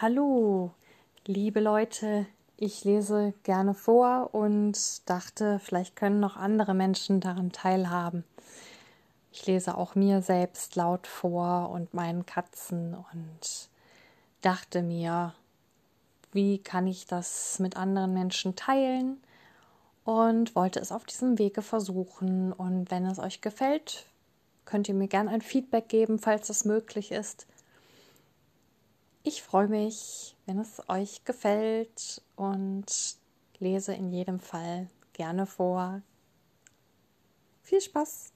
Hallo, liebe Leute, ich lese gerne vor und dachte, vielleicht können noch andere Menschen daran teilhaben. Ich lese auch mir selbst laut vor und meinen Katzen und dachte mir, wie kann ich das mit anderen Menschen teilen und wollte es auf diesem Wege versuchen. Und wenn es euch gefällt, könnt ihr mir gerne ein Feedback geben, falls das möglich ist. Ich freue mich, wenn es euch gefällt und lese in jedem Fall gerne vor. Viel Spaß!